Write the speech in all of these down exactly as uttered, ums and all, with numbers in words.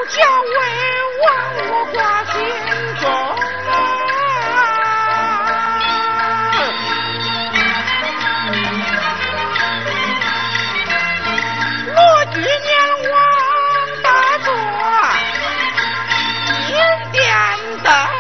家为王我挂心中啊，罗举年王大作金殿灯。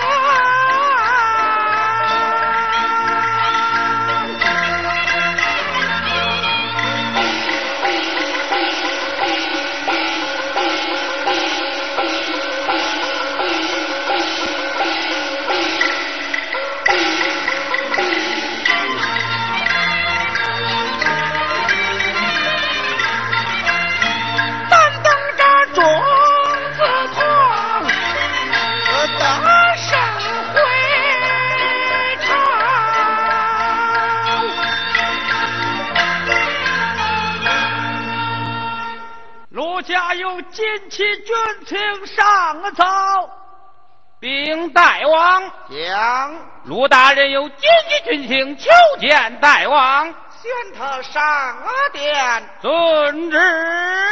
家有金旗军情上奏，并大王讲陆大人有金旗军情求见大王， 宣他上殿。 遵旨。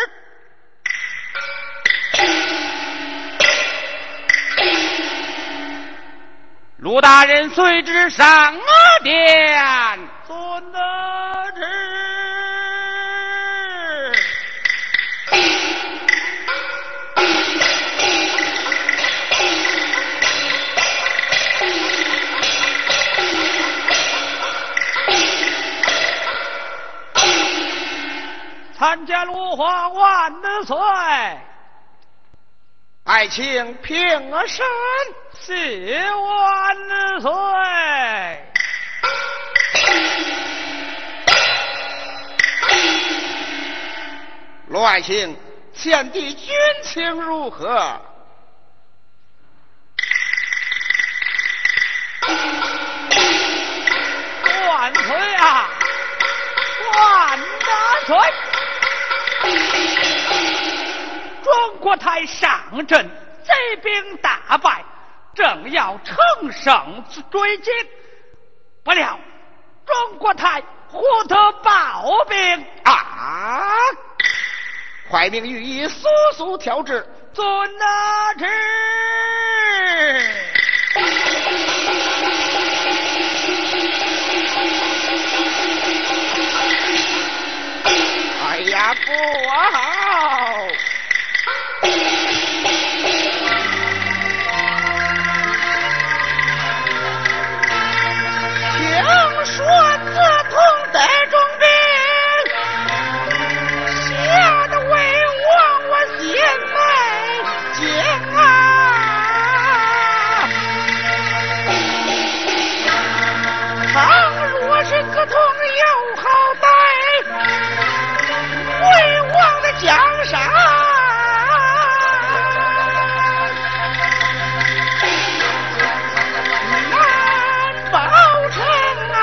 陆大人随之上殿。遵旨。参见陆皇万岁， 爱卿平身， 谢万岁。 陆爱卿，前地军情如何？ 万岁啊！万大岁！中国台上阵，贼兵大败，正要乘胜追击，不料中国台忽得暴兵啊！快命御医速速调治。 遵了旨。 哎呀，不好！听说自从带中兵，吓得为王我心内惊啊！倘若是自从有好歹，为王的江山难保成啊！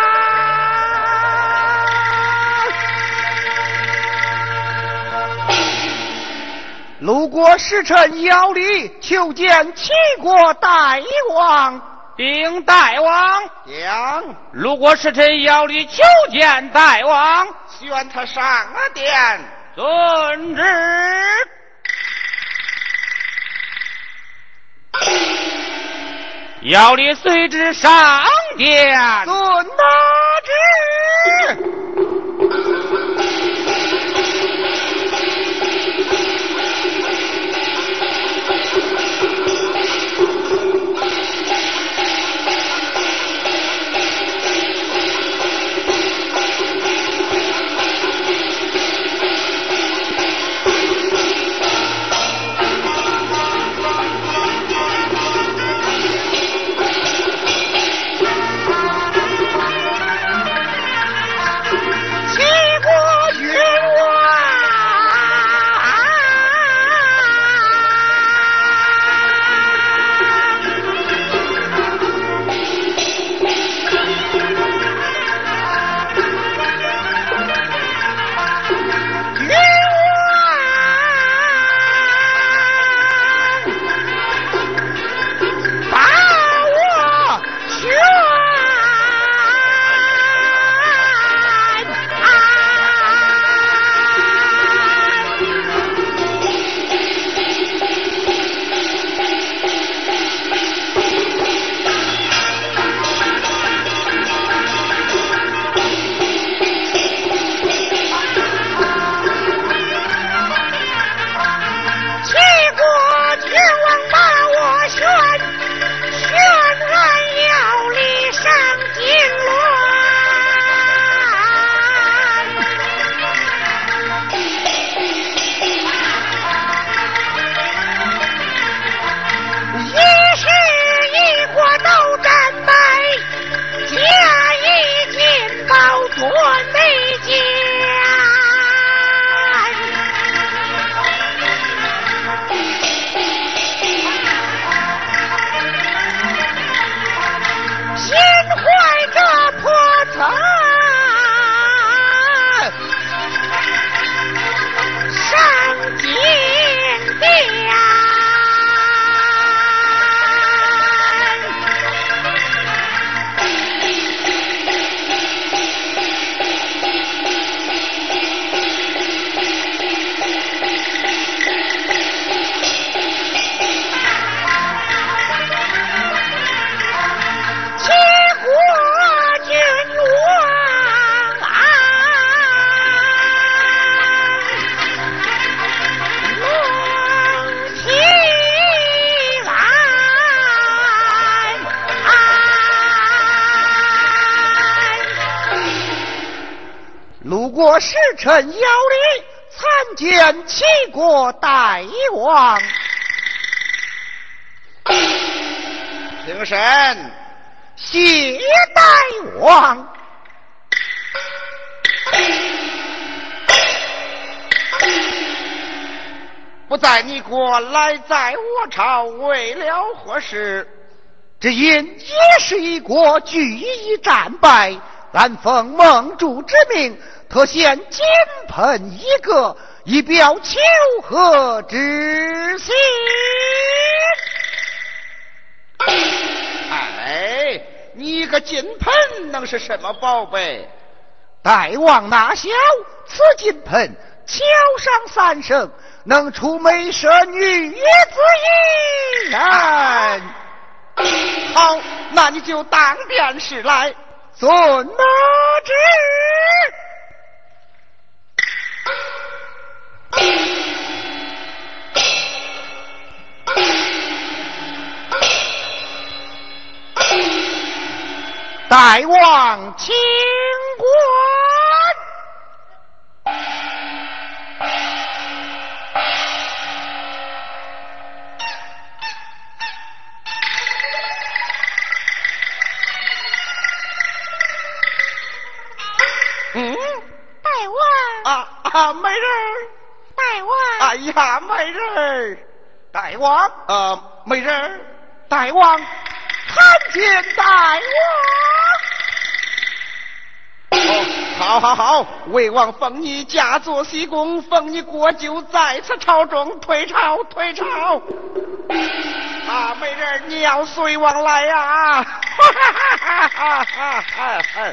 路过使臣姚礼求见齐国大王。 禀大王， 讲路过使臣姚礼求见大王， 宣他上殿。 遵旨。姚礼随之上殿。 遵旨。 我使臣姚礼参见齐国大王。 平身， 谢大王。 不在你国，来在我朝，为了何事？ 只因也是一国俱已战败，俺奉盟主之命，特献金盆一个，以表求和之心。 哎，你一个金盆能是什么宝贝？ 大王纳晓，此金盆巧上三生，能出美舍女子一人。 好，那你就当殿试来。 遵得旨。大王请官。 嗯， 大王啊啊，美人儿， 大王哎呀，美人儿， 大王， 呃，美人儿， 大王，参见大王。 哦，好好好，魏王封你嫁作西宫，封你国舅在此朝中，退朝退朝。啊，美人儿，你要随王来呀！哈哈哈哈哈哈哈！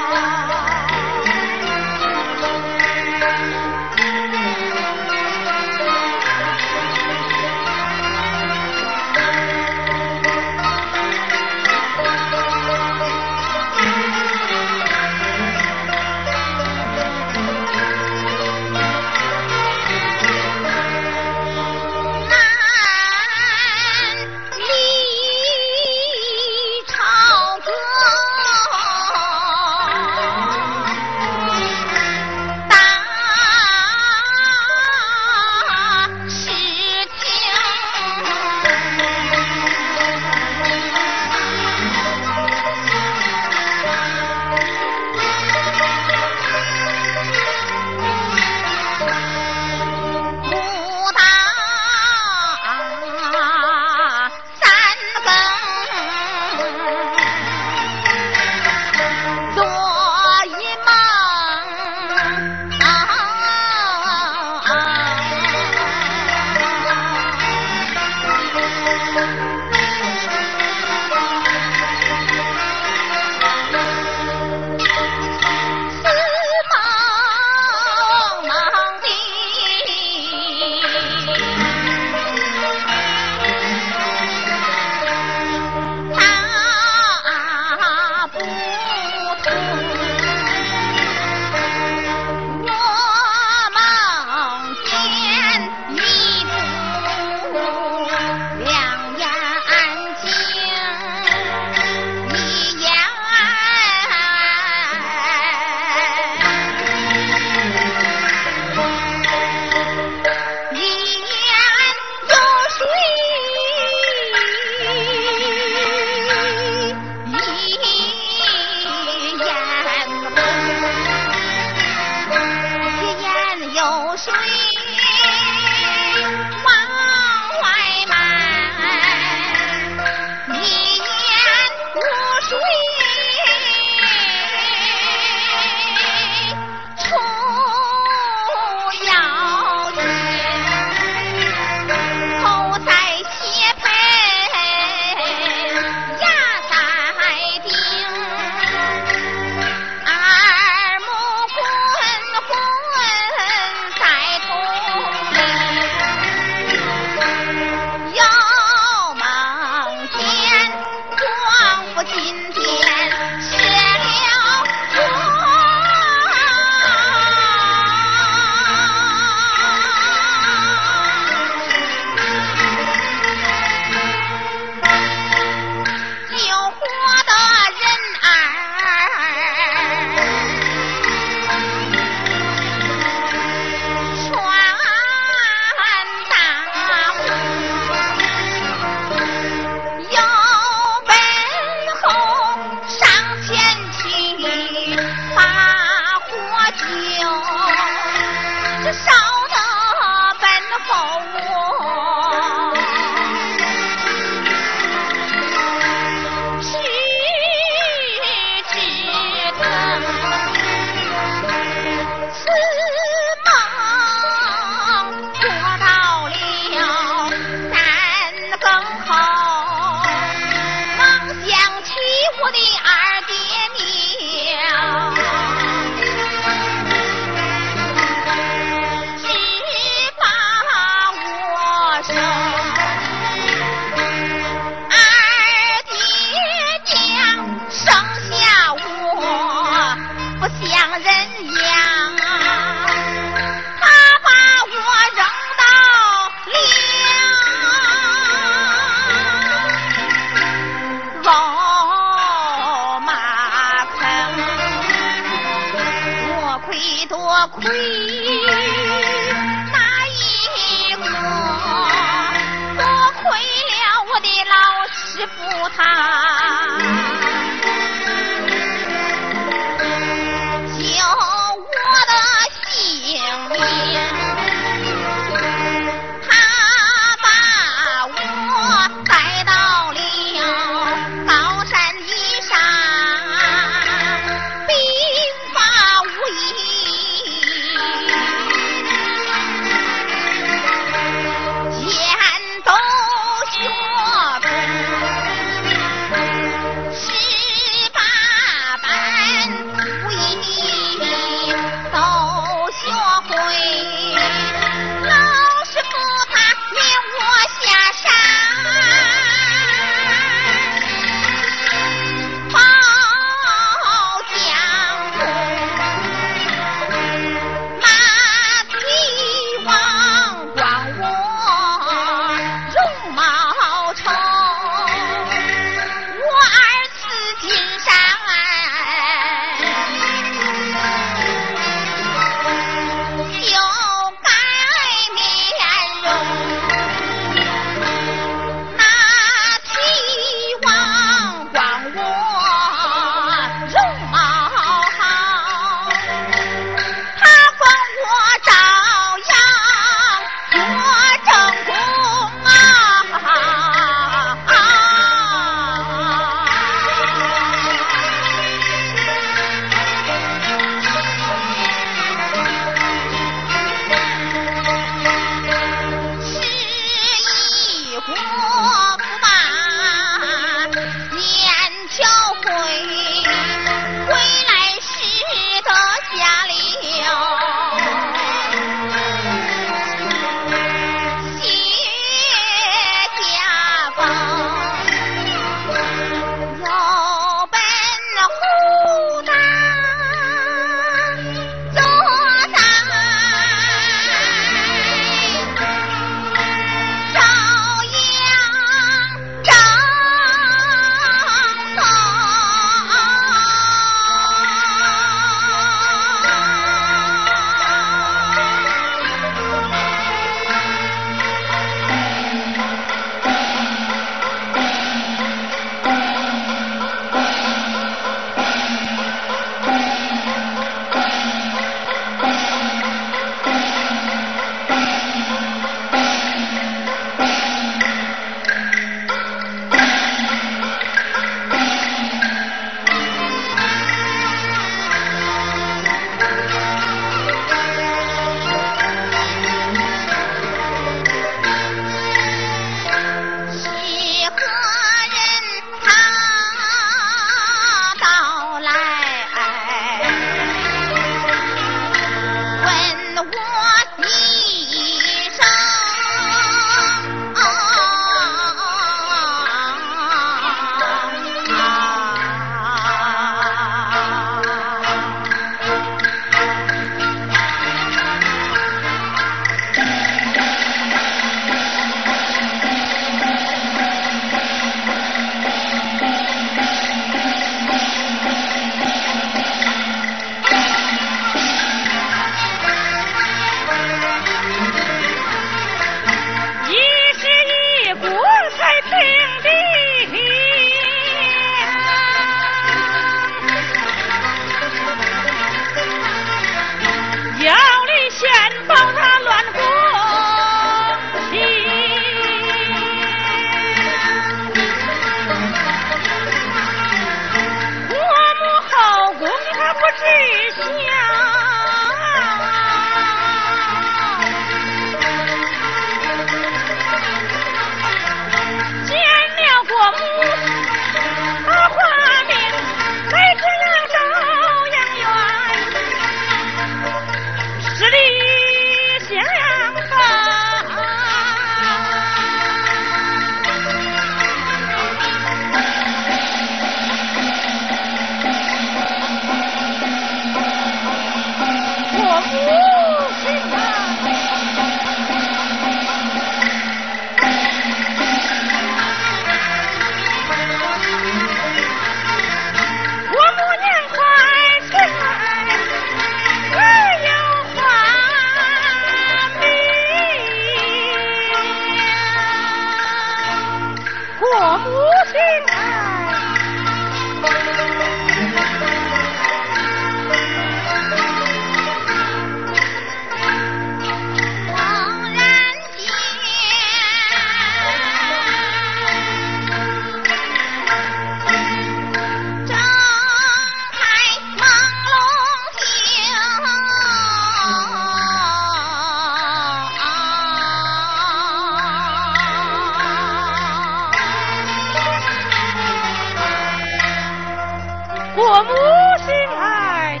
国母醒来，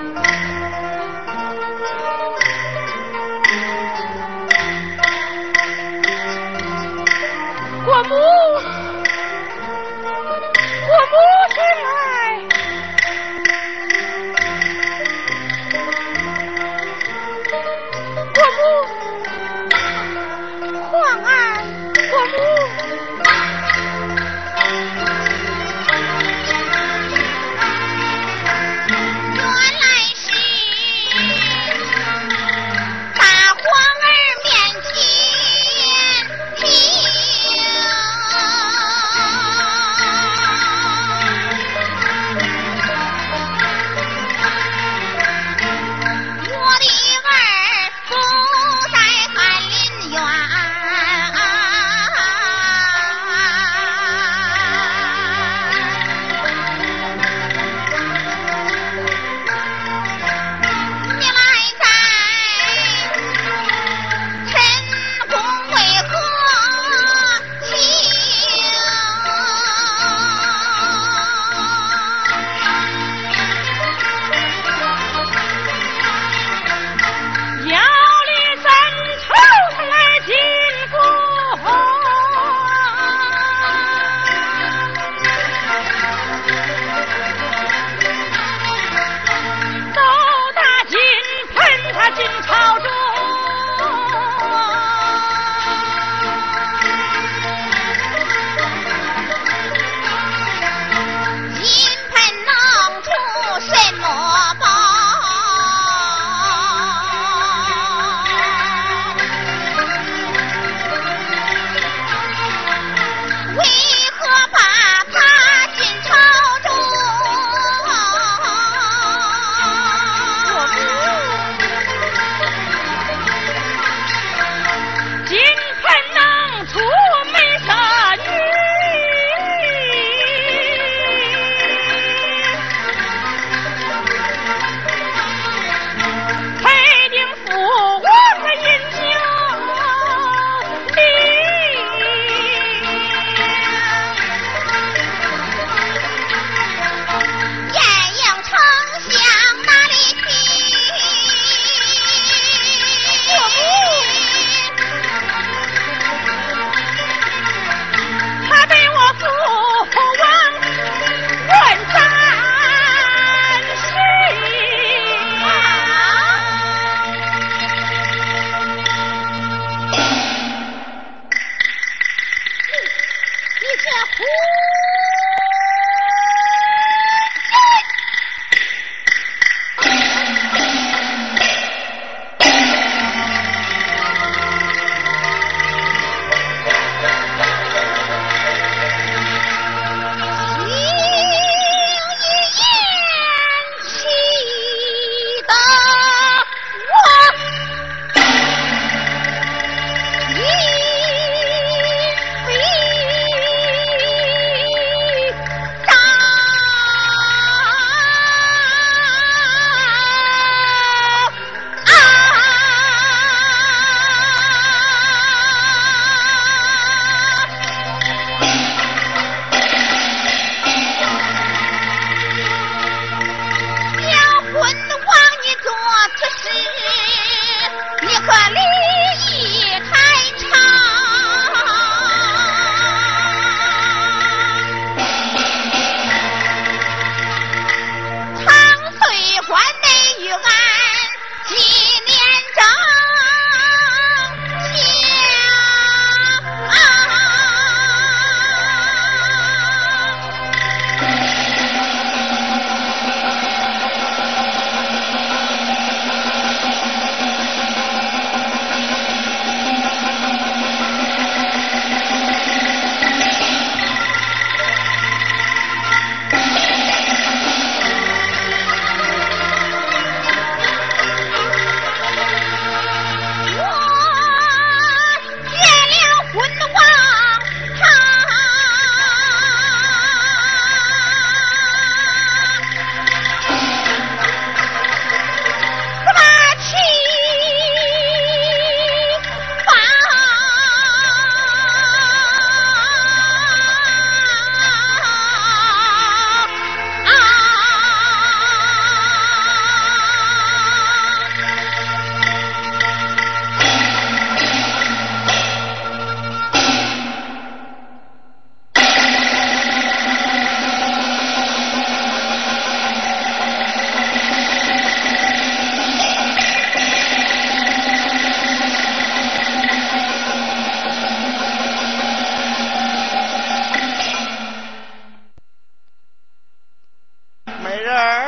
国母，国母醒来，国母，皇安，国母。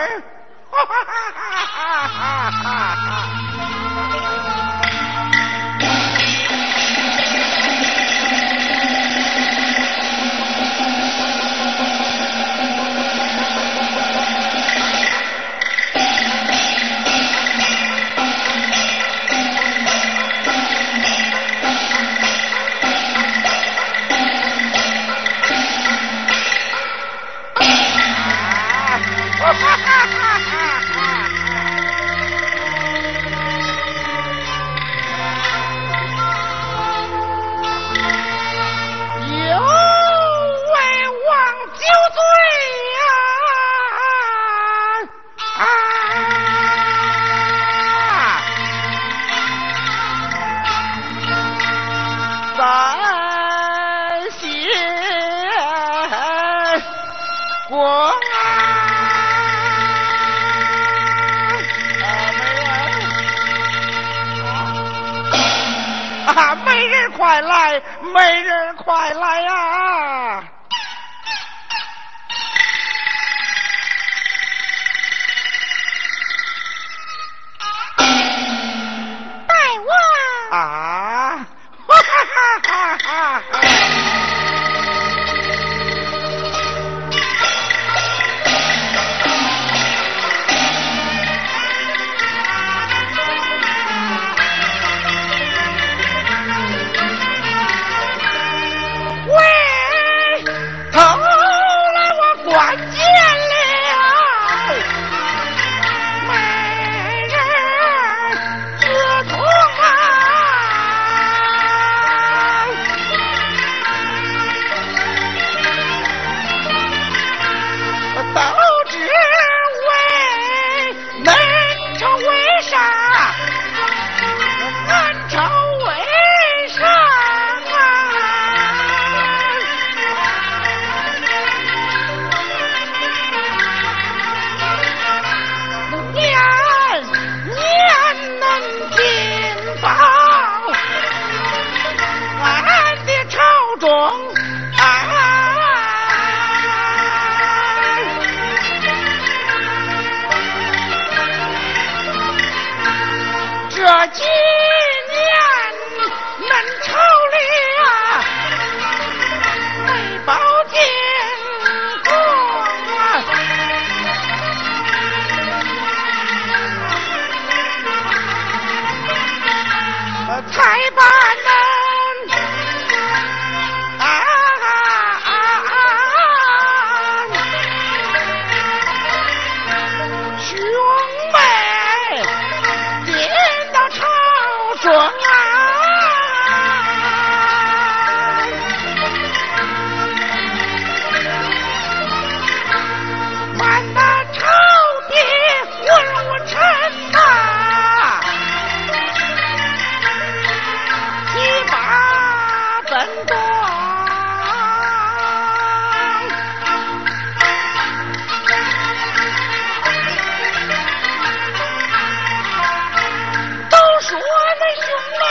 儿，哈哈哈哈哈哈哈！快来，媒人快来呀！ 大王啊！哈哈哈哈哈！这几年恁朝里啊没保进宫啊，才把恁啊啊啊兄妹点到朝中啊，满那朝廷文武臣呐，提拔本多。都说那兄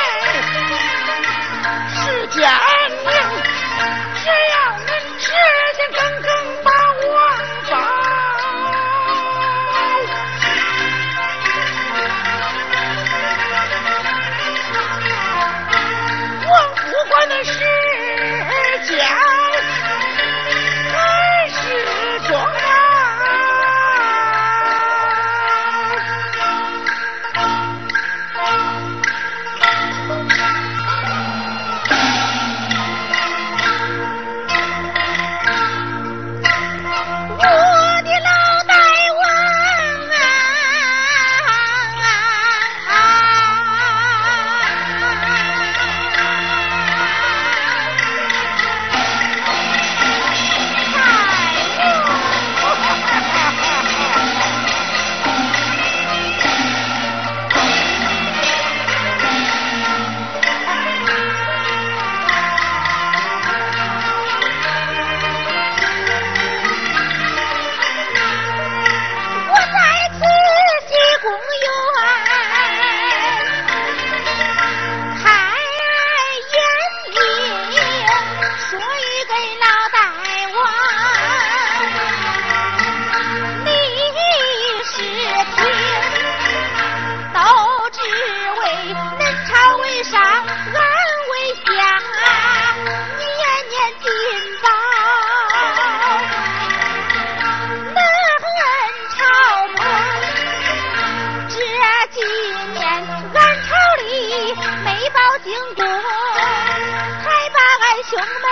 妹，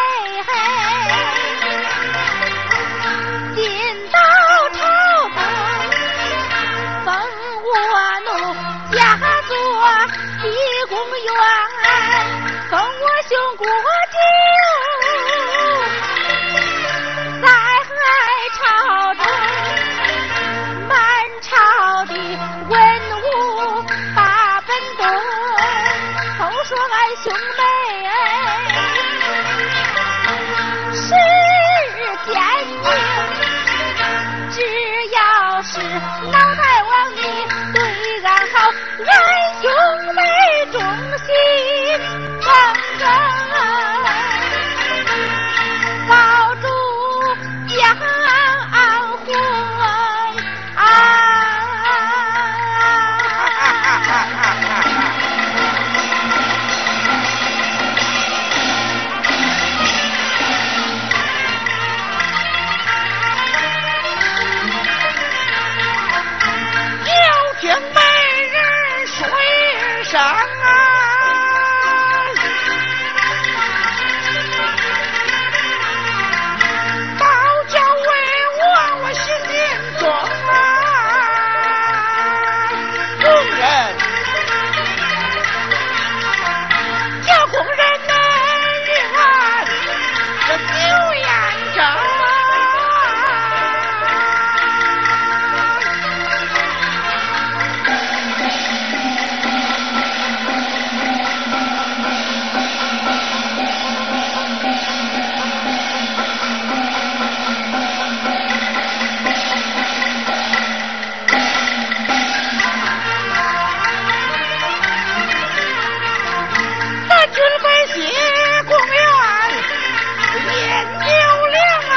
进到朝堂，封我奴家做地公园，封我兄国舅，在朝中满朝的文武把本动，都说俺兄妹是奸佞，只要是老太王你对俺好，俺兄妹忠心耿耿，保住家安红啊！ 又听媒人说一声啊，倒叫为我我心中啊，工人叫工人们与俺这牛眼争。军备西公园饮酒粮啊，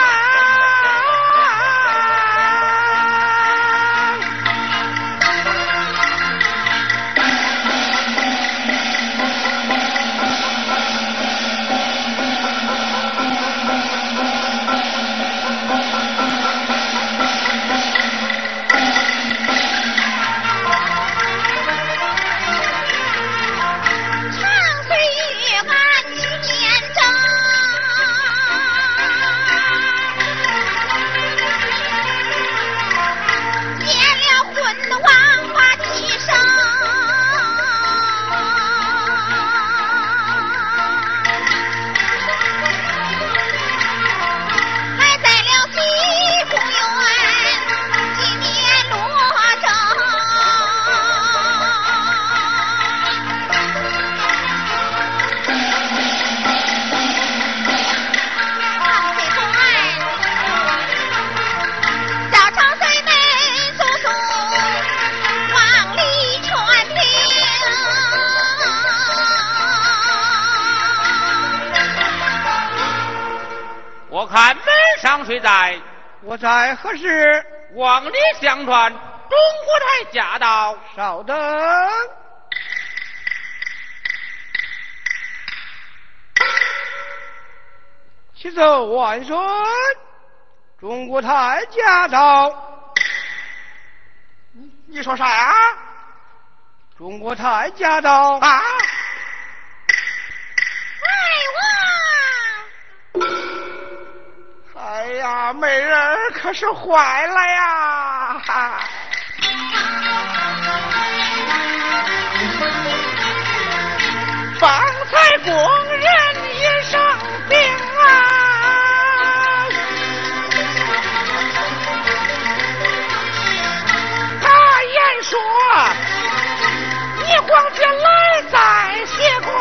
我看门上谁在？ 我在何时？ 望里相传，中国台驾到。 稍等。启奏万岁，中国台驾到。你你说啥呀？中国台驾到啊！哎呀，美人可是坏了呀！方才工人一生病啊，他言说你皇姐来在谢公。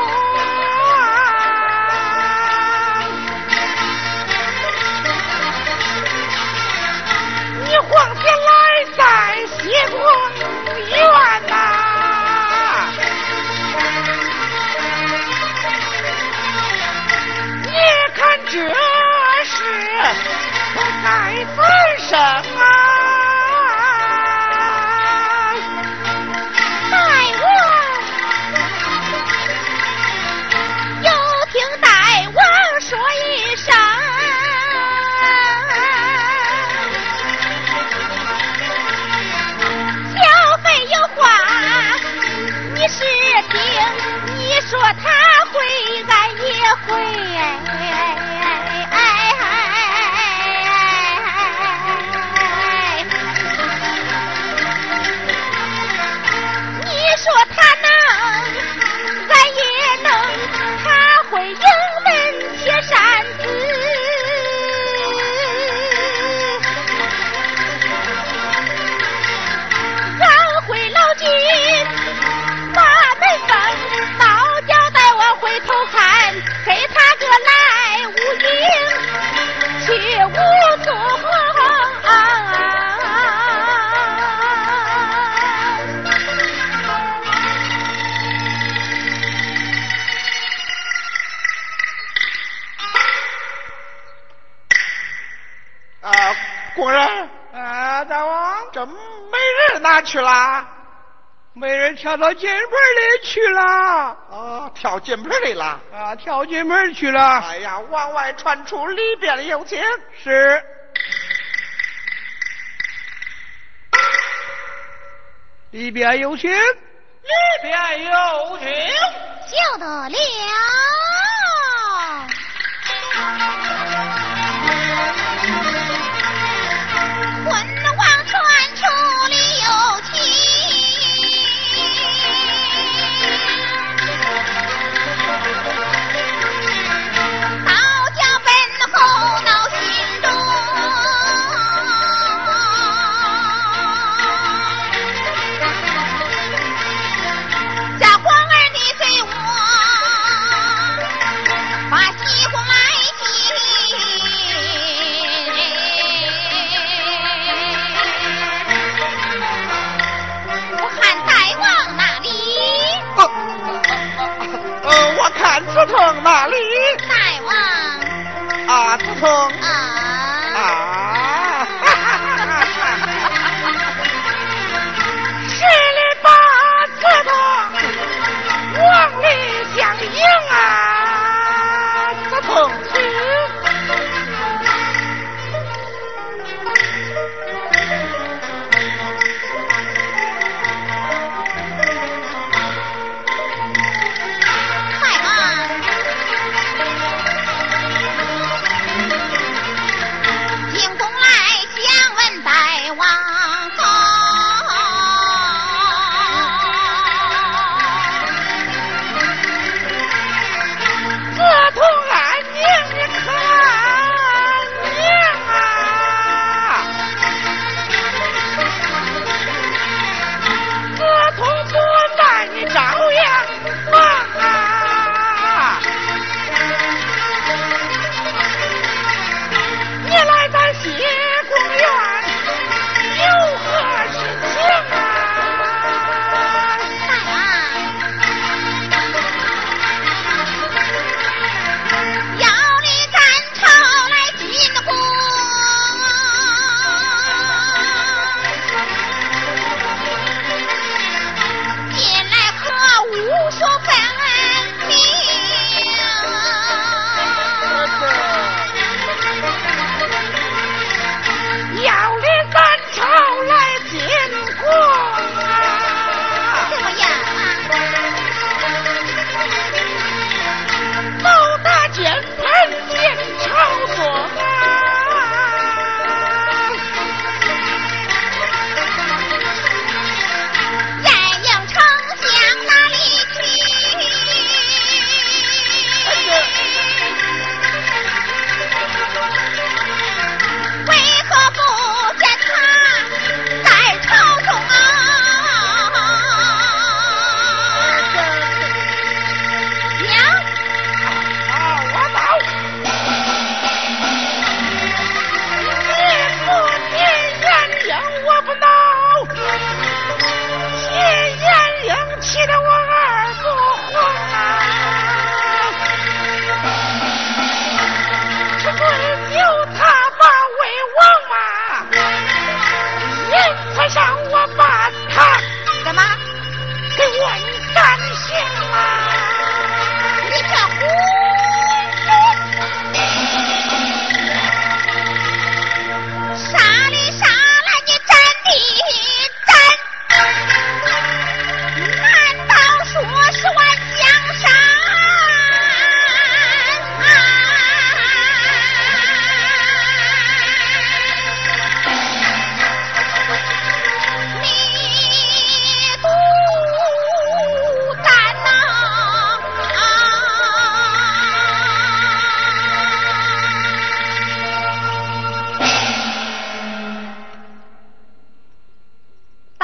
你皇姐来在西宫院呐、啊，你看这是不该怎生啊！ 大王，又听大王说一声。你是听你说他会俺爷工人啊，大王， 这媒人哪去了？ 媒人跳到金盆里去了。 啊，跳金盆里了。 啊，跳金盆去了。 哎呀，往外传出里边有请。 是。里边有请。 里边有请。 就得了。昏王传出里有情，刀将奔后闹心中，家皇儿你随我把西宫来进。 子腾哪里？ 大王啊，子腾啊啊！ 十里八子的王里相迎啊！ 子腾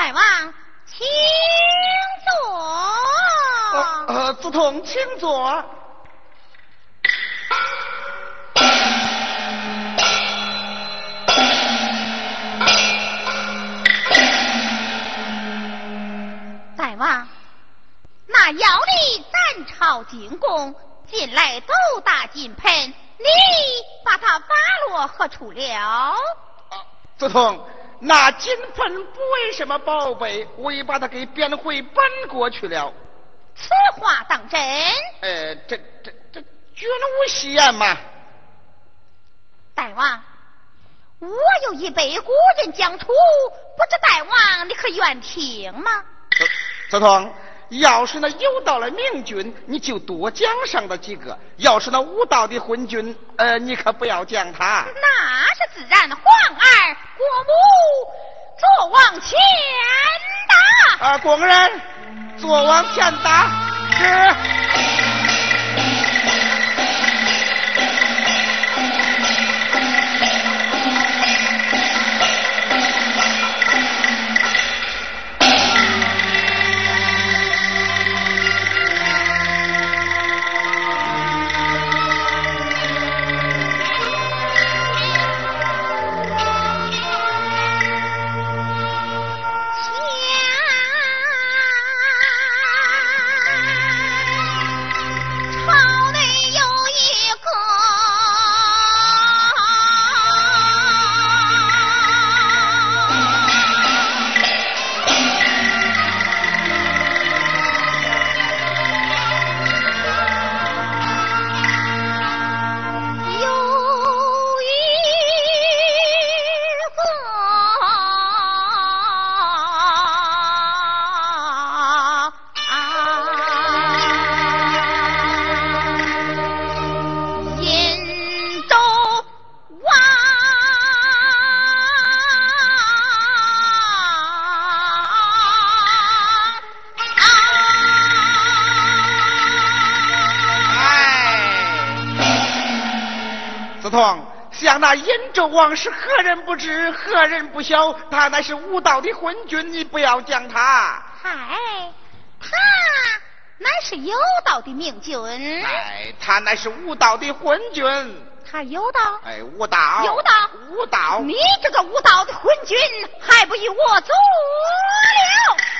大王，请坐。 呃，呃子通，请坐。 大王，那要你斩朝进宫，近来斗大金盆，你把它发落何处了？ 子通，那金盆不为什么宝贝，我已把它给贬回本国去了。 此话当真？ 呃，这这这君无戏言嘛。 大王，我有一杯古人讲出，不知大王你可愿听吗？ 子子通，要是那有道的明君，你就多讲上的几个；要是那无道的昏君，呃，你可不要讲他。 那是自然，皇儿国母坐往前打。 啊，工人坐往前打。是。像那殷纣王是何人不知，何人不晓？他乃是无道的昏君，你不要讲他。 嗨，他乃是有道的明君。 哎，他乃是无道的昏君。 他有道？ 哎，无道。 有道。 无道。 你这个无道的昏君，还不与我足了？